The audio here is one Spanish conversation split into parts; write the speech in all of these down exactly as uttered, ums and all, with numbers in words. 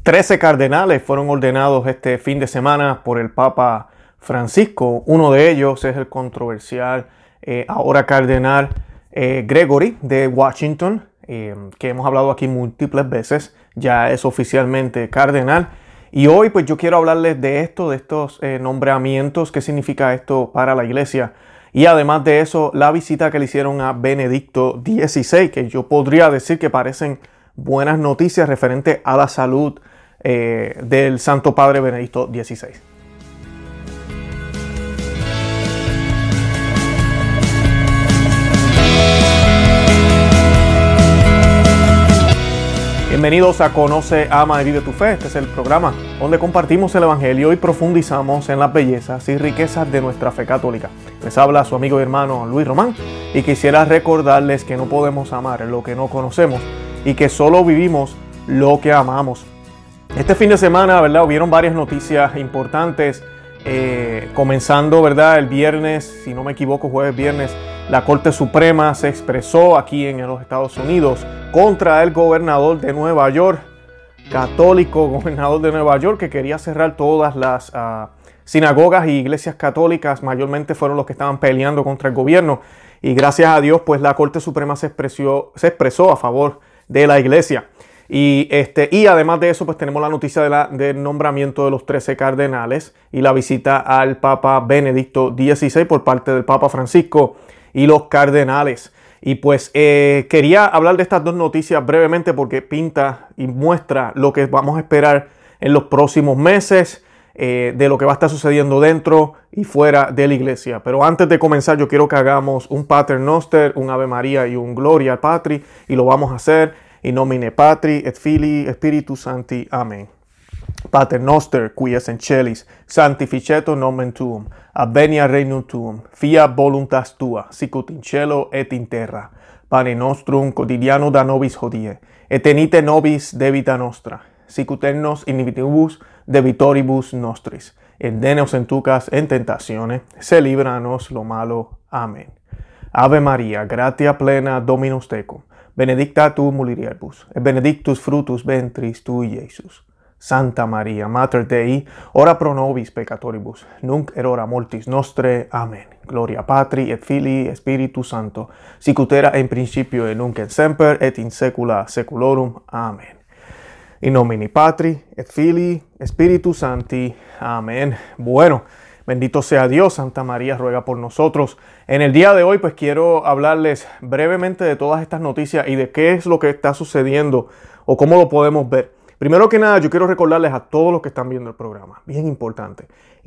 trece cardenales fueron ordenados este fin de semana por el Papa Francisco. Uno de ellos es el controversial eh, ahora cardenal eh, Gregory de Washington, eh, que hemos hablado aquí múltiples veces. Ya es oficialmente cardenal. Y hoy pues yo quiero hablarles de esto, de estos eh, nombramientos, qué significa esto para la iglesia. Y además de eso, la visita que le hicieron a Benedicto dieciséis, que yo podría decir que parecen buenas noticias referente a la salud eh, del Santo Padre Benedicto dieciséis. Bienvenidos a Conoce, Ama y Vive tu Fe. Este es el programa donde compartimos el Evangelio y profundizamos en las bellezas y riquezas de nuestra fe católica. Les habla su amigo y hermano Luis Román y quisiera recordarles que no podemos amar lo que no conocemos y que solo vivimos lo que amamos. Este fin de semana, ¿verdad? Hubieron varias noticias importantes, eh, comenzando, ¿verdad? El viernes, si no me equivoco, jueves viernes, la Corte Suprema se expresó aquí en los Estados Unidos contra el gobernador de Nueva York, católico gobernador de Nueva York, que quería cerrar todas las uh, sinagogas y iglesias católicas. Mayormente fueron los que estaban peleando contra el gobierno. Y gracias a Dios, pues la Corte Suprema se expresó, se expresó a favor de la iglesia. Y, este, y además de eso, pues tenemos la noticia de la, del nombramiento de los trece cardenales y la visita al Papa Benedicto dieciséis por parte del Papa Francisco y los cardenales. Y pues eh, quería hablar de estas dos noticias brevemente porque pinta y muestra lo que vamos a esperar en los próximos meses, eh, de lo que va a estar sucediendo dentro y fuera de la iglesia. Pero antes de comenzar, yo quiero que hagamos un Pater Noster, un Ave María y un Gloria al Patri, y lo vamos a hacer in nomine Patri et Filii Spiritus Sancti. Amén. Pater Noster, qui es in celis, sanctificetur nomen tuum, adveniat regnum tuum, fiat voluntas tua, sicut in cielo et in terra. Pane nostrum quotidiano da nobis hodie, et tenite nobis debita nostra, sicut et nos in divittibus debitoribus nostris, et ne nos inducas en tentationes, se líbranos lo malo. Amén. Ave Maria, gratia plena Dominus tecum, benedicta tu mulieribus, et benedictus fructus ventris tui, Iesus. Santa Maria, Mater Dei, ora pro nobis peccatoribus, nunc et hora mortis nostre. Amen. Gloria Patri et Filii Spiritus Sancto, sicut erat in principio et nunc et semper et in saecula saeculorum. Amen. In nomine Patri et Filii Spiritus Sancti. Amén. Bueno, bendito sea Dios. Santa María ruega por nosotros. En el día de hoy pues quiero hablarles brevemente de todas estas noticias y de qué es lo que está sucediendo o cómo lo podemos ver. Primero que nada, yo quiero recordarles a todos los que están viendo el programa, bien importante,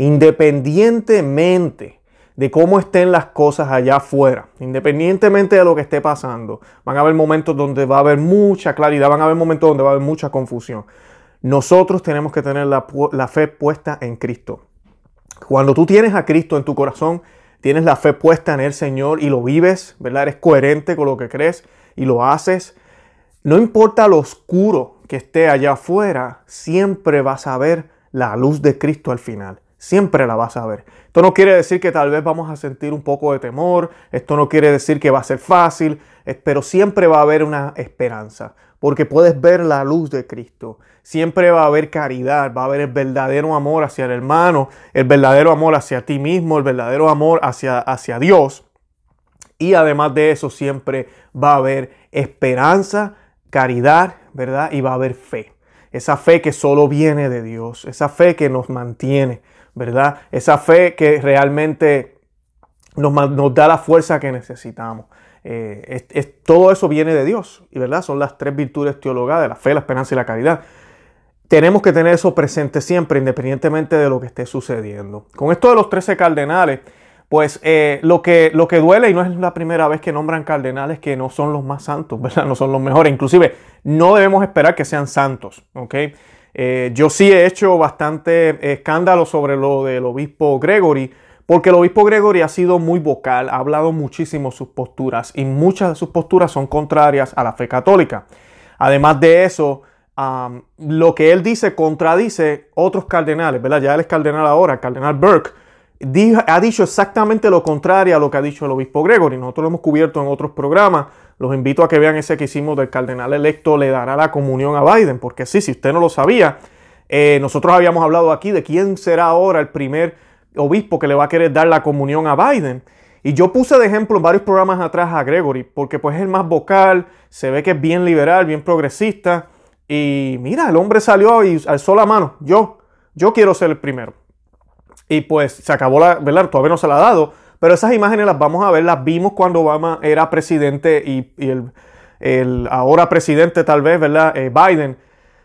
independientemente de cómo estén las cosas allá afuera, independientemente de lo que esté pasando, van a haber momentos donde va a haber mucha claridad, van a haber momentos donde va a haber mucha confusión. Nosotros tenemos que tener la, la fe puesta en Cristo. Cuando tú tienes a Cristo en tu corazón, tienes la fe puesta en el Señor y lo vives, ¿verdad? Eres coherente con lo que crees y lo haces. No importa lo oscuro que esté allá afuera, siempre vas a ver la luz de Cristo al final. Siempre la vas a ver. Esto no quiere decir que tal vez vamos a sentir un poco de temor. Esto no quiere decir que va a ser fácil. Pero siempre va a haber una esperanza. Porque puedes ver la luz de Cristo. Siempre va a haber caridad. Va a haber el verdadero amor hacia el hermano. El verdadero amor hacia ti mismo. El verdadero amor hacia, hacia Dios. Y además de eso, siempre va a haber esperanza, caridad, ¿verdad? Y va a haber fe. Esa fe que solo viene de Dios. Esa fe que nos mantiene, ¿verdad? Esa fe que realmente nos, nos da la fuerza que necesitamos. Eh, es, es, todo eso viene de Dios, y ¿verdad? Son las tres virtudes teologales, la fe, la esperanza y la caridad. Tenemos que tener eso presente siempre, independientemente de lo que esté sucediendo. Con esto de los trece cardenales, pues eh, lo, que, lo que duele, y no es la primera vez que nombran cardenales que no son los más santos, ¿verdad? No son los mejores. Inclusive, no debemos esperar que sean santos, ¿ok? Eh, yo sí he hecho bastante escándalo sobre lo del obispo Gregory, porque el obispo Gregory ha sido muy vocal, ha hablado muchísimo sus posturas, y muchas de sus posturas son contrarias a la fe católica. Además de eso, um, lo que él dice contradice otros cardenales, ¿verdad? Ya él es cardenal ahora, el cardenal Burke, ha dicho exactamente lo contrario a lo que ha dicho el obispo Gregory. Nosotros lo hemos cubierto en otros programas. Los invito a que vean ese que hicimos del cardenal electo le dará la comunión a Biden, porque sí, si usted no lo sabía, Eh, nosotros habíamos hablado aquí de quién será ahora el primer obispo que le va a querer dar la comunión a Biden. Y yo puse de ejemplo en varios programas atrás a Gregory, porque pues es el más vocal, se ve que es bien liberal, bien progresista. Y mira, el hombre salió y alzó la mano. Yo, yo quiero ser el primero. Y pues se acabó la, ¿verdad? Todavía no se la ha dado. Pero esas imágenes las vamos a ver, las vimos cuando Obama era presidente y, y el, el ahora presidente tal vez, ¿verdad? Eh, Biden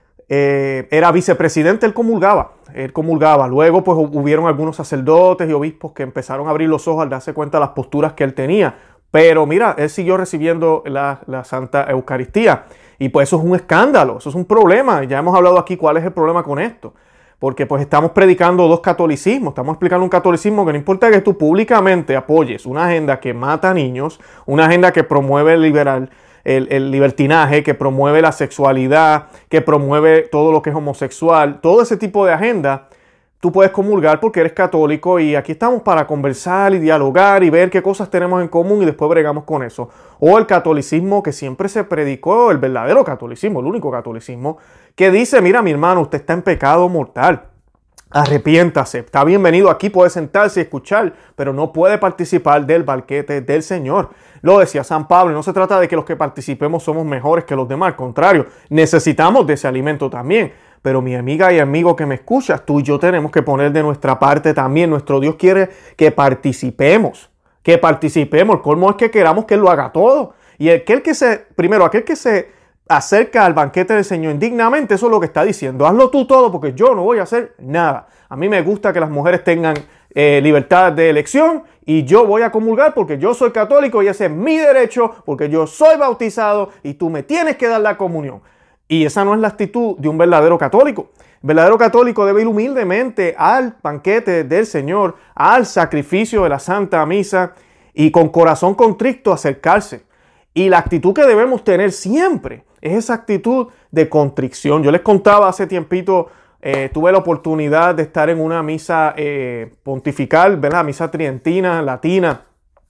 eh, era vicepresidente, él comulgaba. Él comulgaba. Luego pues hubieron algunos sacerdotes y obispos que empezaron a abrir los ojos al darse cuenta de las posturas que él tenía. Pero mira, él siguió recibiendo la, la Santa Eucaristía. Y pues eso es un escándalo, eso es un problema. Ya hemos hablado aquí cuál es el problema con esto. Porque pues estamos predicando dos catolicismos, estamos explicando un catolicismo que no importa que tú públicamente apoyes una agenda que mata niños, una agenda que promueve el, liberal, el, el libertinaje, que promueve la sexualidad, que promueve todo lo que es homosexual, todo ese tipo de agenda, tú puedes comulgar porque eres católico y aquí estamos para conversar y dialogar y ver qué cosas tenemos en común y después bregamos con eso. O el catolicismo que siempre se predicó, el verdadero catolicismo, el único catolicismo, que dice, mira mi hermano, usted está en pecado mortal, arrepiéntase, está bienvenido aquí, puede sentarse y escuchar, pero no puede participar del banquete del Señor. Lo decía San Pablo, no se trata de que los que participemos somos mejores que los demás, al contrario, necesitamos de ese alimento también. Pero mi amiga y amigo que me escuchas, tú y yo tenemos que poner de nuestra parte también. Nuestro Dios quiere que participemos, que participemos. El colmo es que queramos que Él lo haga todo. Y aquel que se, primero, aquel que se acerca al banquete del Señor indignamente, eso es lo que está diciendo. Hazlo tú todo porque yo no voy a hacer nada. A mí me gusta que las mujeres tengan eh, libertad de elección y yo voy a comulgar porque yo soy católico y ese es mi derecho porque yo soy bautizado y tú me tienes que dar la comunión. Y esa no es la actitud de un verdadero católico. El verdadero católico debe ir humildemente al banquete del Señor, al sacrificio de la Santa Misa y con corazón contrito acercarse. Y la actitud que debemos tener siempre es esa actitud de contrición. Yo les contaba hace tiempito, eh, tuve la oportunidad de estar en una misa eh, pontifical, ¿verdad? Misa tridentina, latina,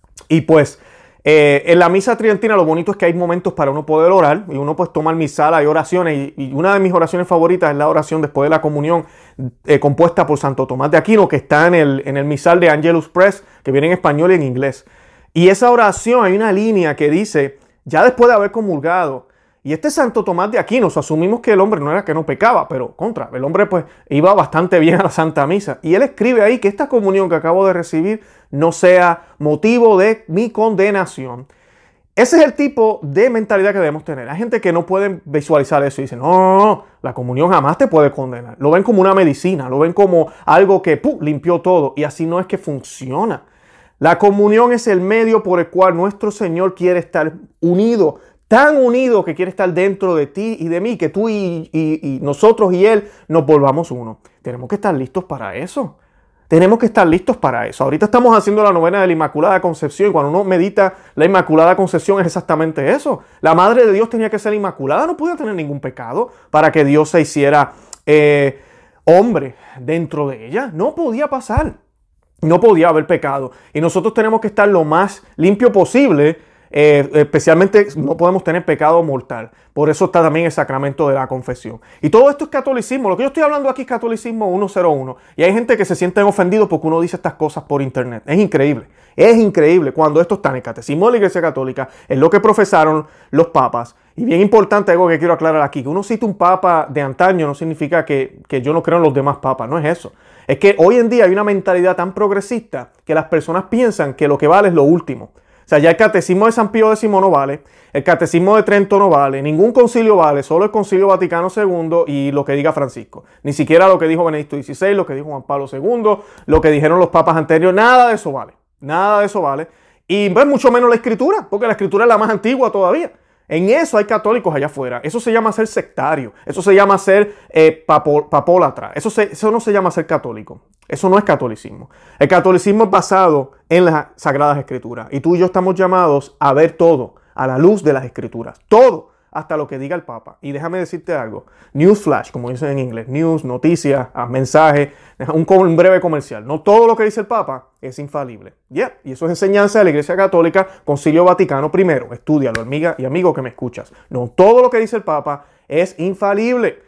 y pues Eh, en la misa tridentina lo bonito es que hay momentos para uno poder orar y uno pues toma el misal, hay oraciones y, y una de mis oraciones favoritas es la oración después de la comunión eh, compuesta por Santo Tomás de Aquino que está en el, en el misal de Angelus Press que viene en español y en inglés. Y esa oración hay una línea que dice, ya después de haber comulgado, y este Santo Tomás de Aquino, asumimos que el hombre no era que no pecaba, pero contra, el hombre pues iba bastante bien a la Santa Misa. Y él escribe ahí que esta comunión que acabo de recibir no sea motivo de mi condenación. Ese es el tipo de mentalidad que debemos tener. Hay gente que no puede visualizar eso y dice, no, no, no, la comunión jamás te puede condenar. Lo ven como una medicina, lo ven como algo que ¡pum!, limpió todo. Y así no es que funciona. La comunión es el medio por el cual nuestro Señor quiere estar unido, tan unido que quiere estar dentro de ti y de mí, que tú y, y, y nosotros y Él nos volvamos uno. Tenemos que estar listos para eso. Tenemos que estar listos para eso. Ahorita estamos haciendo la novena de la Inmaculada Concepción y cuando uno medita la Inmaculada Concepción es exactamente eso. La Madre de Dios tenía que ser inmaculada, no podía tener ningún pecado para que Dios se hiciera eh, hombre dentro de ella. No podía pasar. No podía haber pecado. Y nosotros tenemos que estar lo más limpio posible. Eh, especialmente no podemos tener pecado mortal. Por eso está también el sacramento de la confesión. Y todo esto es catolicismo. Lo que yo estoy hablando aquí es catolicismo ciento uno. Y hay gente que se sienten ofendidos porque uno dice estas cosas por internet. Es increíble. Es increíble cuando esto está en el catecismo de la Iglesia Católica. Es lo que profesaron los papas. Y bien importante algo que quiero aclarar aquí. Que uno cita un papa de antaño no significa que, que yo no creo en los demás papas. No es eso. Es que hoy en día hay una mentalidad tan progresista que las personas piensan que lo que vale es lo último. O sea, ya el catecismo de San Pío X no vale, el catecismo de Trento no vale, ningún concilio vale, solo el concilio Vaticano segundo y lo que diga Francisco. Ni siquiera lo que dijo Benedicto dieciséis, lo que dijo Juan Pablo segundo, lo que dijeron los papas anteriores, nada de eso vale. Nada de eso vale. Y pues, mucho menos la Escritura, porque la Escritura es la más antigua todavía. En eso hay católicos allá afuera. Eso se llama ser sectario. Eso se llama ser eh, papo, papólatra. Eso, se, eso no se llama ser católico. Eso no es catolicismo. El catolicismo es basado en las Sagradas Escrituras. Y tú y yo estamos llamados a ver todo a la luz de las Escrituras. Todo, hasta lo que diga el Papa. Y déjame decirte algo. Newsflash, como dicen en inglés. News, noticias, mensaje, un, un breve comercial. No todo lo que dice el Papa es infalible. Yeah. Y eso es enseñanza de la Iglesia Católica, Concilio Vaticano primero. Estúdialo, amiga y amigo que me escuchas. No todo lo que dice el Papa es infalible.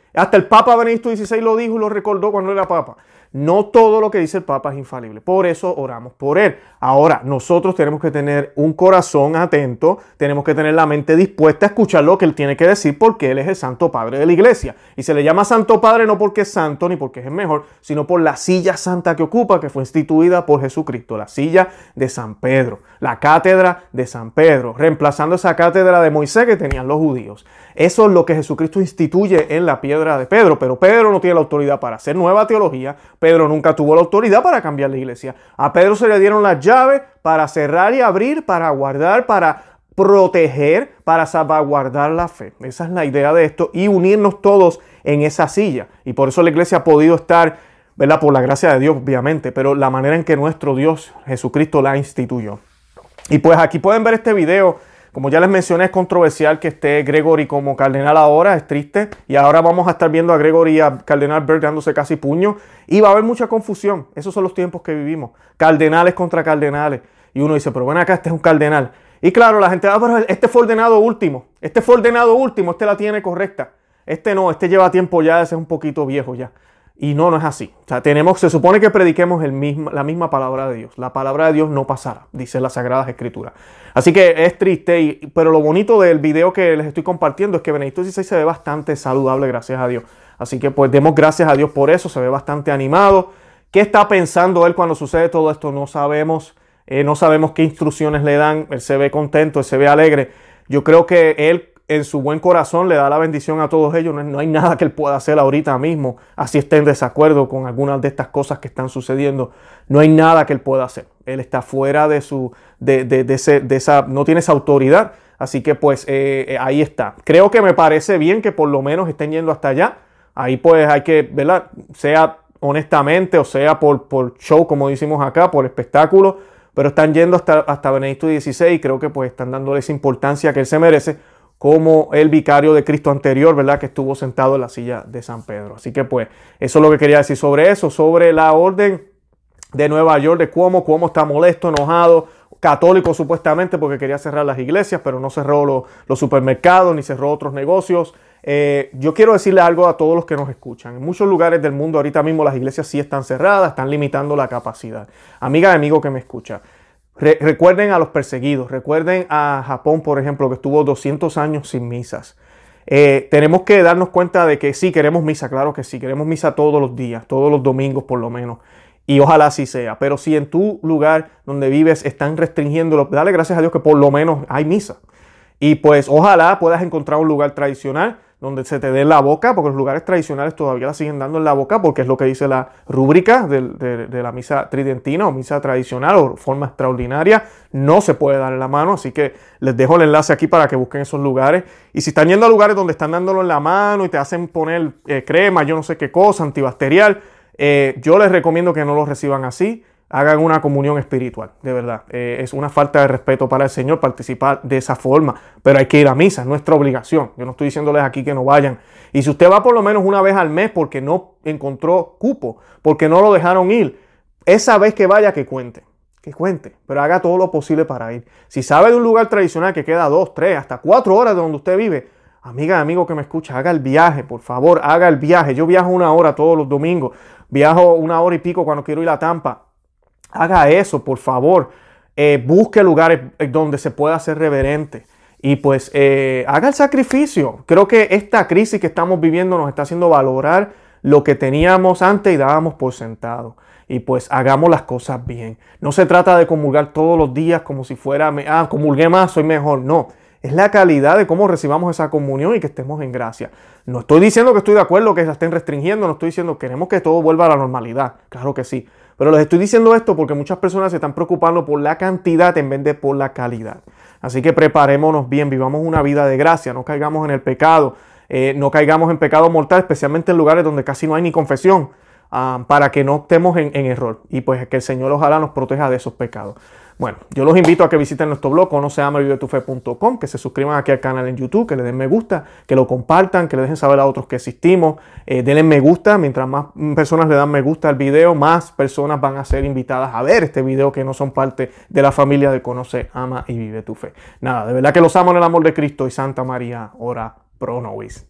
Hasta el Papa Benedicto dieciséis lo dijo y lo recordó cuando era Papa. No todo lo que dice el Papa es infalible. Por eso oramos por él. Ahora, nosotros tenemos que tener un corazón atento, tenemos que tener la mente dispuesta a escuchar lo que él tiene que decir porque él es el Santo Padre de la Iglesia. Y se le llama Santo Padre no porque es santo ni porque es el mejor, sino por la silla santa que ocupa, que fue instituida por Jesucristo, la silla de San Pedro, la cátedra de San Pedro, reemplazando esa cátedra de Moisés que tenían los judíos. Eso es lo que Jesucristo instituye en la piedra de Pedro, pero Pedro no tiene la autoridad para hacer nueva teología. Pedro nunca tuvo la autoridad para cambiar la iglesia. A Pedro se le dieron las llaves para cerrar y abrir, para guardar, para proteger, para salvaguardar la fe. Esa es la idea de esto y unirnos todos en esa silla. Y por eso la iglesia ha podido estar, ¿verdad? Por la gracia de Dios, obviamente, pero la manera en que nuestro Dios Jesucristo la instituyó. Y pues aquí pueden ver este video. Como ya les mencioné, es controversial que esté Gregory como cardenal ahora, es triste. Y ahora vamos a estar viendo a Gregory y a cardenal Berg dándose casi puño. Y va a haber mucha confusión. Esos son los tiempos que vivimos. Cardenales contra cardenales. Y uno dice, pero ven acá, este es un cardenal. Y claro, la gente, ah, pero este fue ordenado último. Este fue ordenado último, este la tiene correcta. Este no, este lleva tiempo ya, ese es un poquito viejo ya. Y no, no es así. O sea, tenemos, se supone que prediquemos el mismo, la misma palabra de Dios. La palabra de Dios no pasará, dice las Sagradas Escrituras. Así que es triste, y, pero lo bonito del video que les estoy compartiendo es que Benedicto dieciséis se ve bastante saludable, gracias a Dios. Así que pues demos gracias a Dios por eso, se ve bastante animado. ¿Qué está pensando él cuando sucede todo esto? No sabemos, eh, no sabemos qué instrucciones le dan. Él se ve contento, él se ve alegre. Yo creo que él, en su buen corazón, le da la bendición a todos ellos. No, no hay nada que él pueda hacer ahorita mismo, así esté en desacuerdo con algunas de estas cosas que están sucediendo. No hay nada que él pueda hacer. Él está fuera de su, de, de, de, ese, de esa, no tiene esa autoridad. Así que pues eh, ahí está. Creo que me parece bien que por lo menos estén yendo hasta allá. Ahí pues hay que, ¿verdad? Sea honestamente o sea por, por show, como decimos acá, por espectáculo. Pero están yendo hasta, hasta Benedicto dieciséis y creo que pues están dándole esa importancia que él se merece, como el vicario de Cristo anterior, ¿verdad? Que estuvo sentado en la silla de San Pedro. Así que pues, eso es lo que quería decir sobre eso, sobre la orden de Nueva York de Cuomo. Cuomo está molesto, enojado, católico supuestamente porque quería cerrar las iglesias, pero no cerró lo, los supermercados ni cerró otros negocios. Eh, yo quiero decirle algo a todos los que nos escuchan. En muchos lugares del mundo ahorita mismo las iglesias sí están cerradas, están limitando la capacidad. Amiga y amigo que me escucha, Re- recuerden a los perseguidos, recuerden a Japón, por ejemplo, que estuvo doscientos años sin misas. Eh, tenemos que darnos cuenta de que sí, queremos misa, claro que sí, queremos misa todos los días, todos los domingos por lo menos, y ojalá así sea. Pero si en tu lugar donde vives están restringiéndolo, dale gracias a Dios que por lo menos hay misa. Y pues ojalá puedas encontrar un lugar tradicional donde se te dé en la boca, porque los lugares tradicionales todavía la siguen dando en la boca, porque es lo que dice la rúbrica de, de, de la misa tridentina o misa tradicional o forma extraordinaria. No se puede dar en la mano, así que les dejo el enlace aquí para que busquen esos lugares. Y si están yendo a lugares donde están dándolo en la mano y te hacen poner eh, crema, yo no sé qué cosa, antibacterial, eh, yo les recomiendo que no lo reciban así. Hagan una comunión espiritual, de verdad. Eh, es una falta de respeto para el Señor participar de esa forma, pero hay que ir a misa, es nuestra obligación. Yo no estoy diciéndoles aquí que no vayan. Y si usted va por lo menos una vez al mes porque no encontró cupo, porque no lo dejaron ir, esa vez que vaya que cuente, que cuente, pero haga todo lo posible para ir. Si sabe de un lugar tradicional que queda dos, tres, hasta cuatro horas de donde usted vive, amiga, amigo que me escucha, haga el viaje, por favor, haga el viaje. Yo viajo una hora todos los domingos, viajo una hora y pico cuando quiero ir a Tampa. Haga eso, por favor. Eh, busque lugares donde se pueda ser reverente. Y pues eh, haga el sacrificio. Creo que esta crisis que estamos viviendo nos está haciendo valorar lo que teníamos antes y dábamos por sentado. Y pues hagamos las cosas bien. No se trata de comulgar todos los días como si fuera, ah, comulgué más, soy mejor. No. Es la calidad de cómo recibamos esa comunión y que estemos en gracia. No estoy diciendo que estoy de acuerdo que la estén restringiendo. No estoy diciendo que queremos que todo vuelva a la normalidad. Claro que sí. Pero les estoy diciendo esto porque muchas personas se están preocupando por la cantidad en vez de por la calidad. Así que preparémonos bien, vivamos una vida de gracia, no caigamos en el pecado, eh, no caigamos en pecado mortal, especialmente en lugares donde casi no hay ni confesión, uh, para que no estemos en, en error. Y pues que el Señor ojalá nos proteja de esos pecados. Bueno, yo los invito a que visiten nuestro blog, conoce ama y vive tu fe punto com, que se suscriban aquí al canal en YouTube, que le den me gusta, que lo compartan, que le dejen saber a otros que existimos, eh, denle me gusta. Mientras más personas le dan me gusta al video, más personas van a ser invitadas a ver este video que no son parte de la familia de Conoce, Ama y Vive tu Fe. Nada, de verdad que los amo en el amor de Cristo y Santa María, ora pro nobis.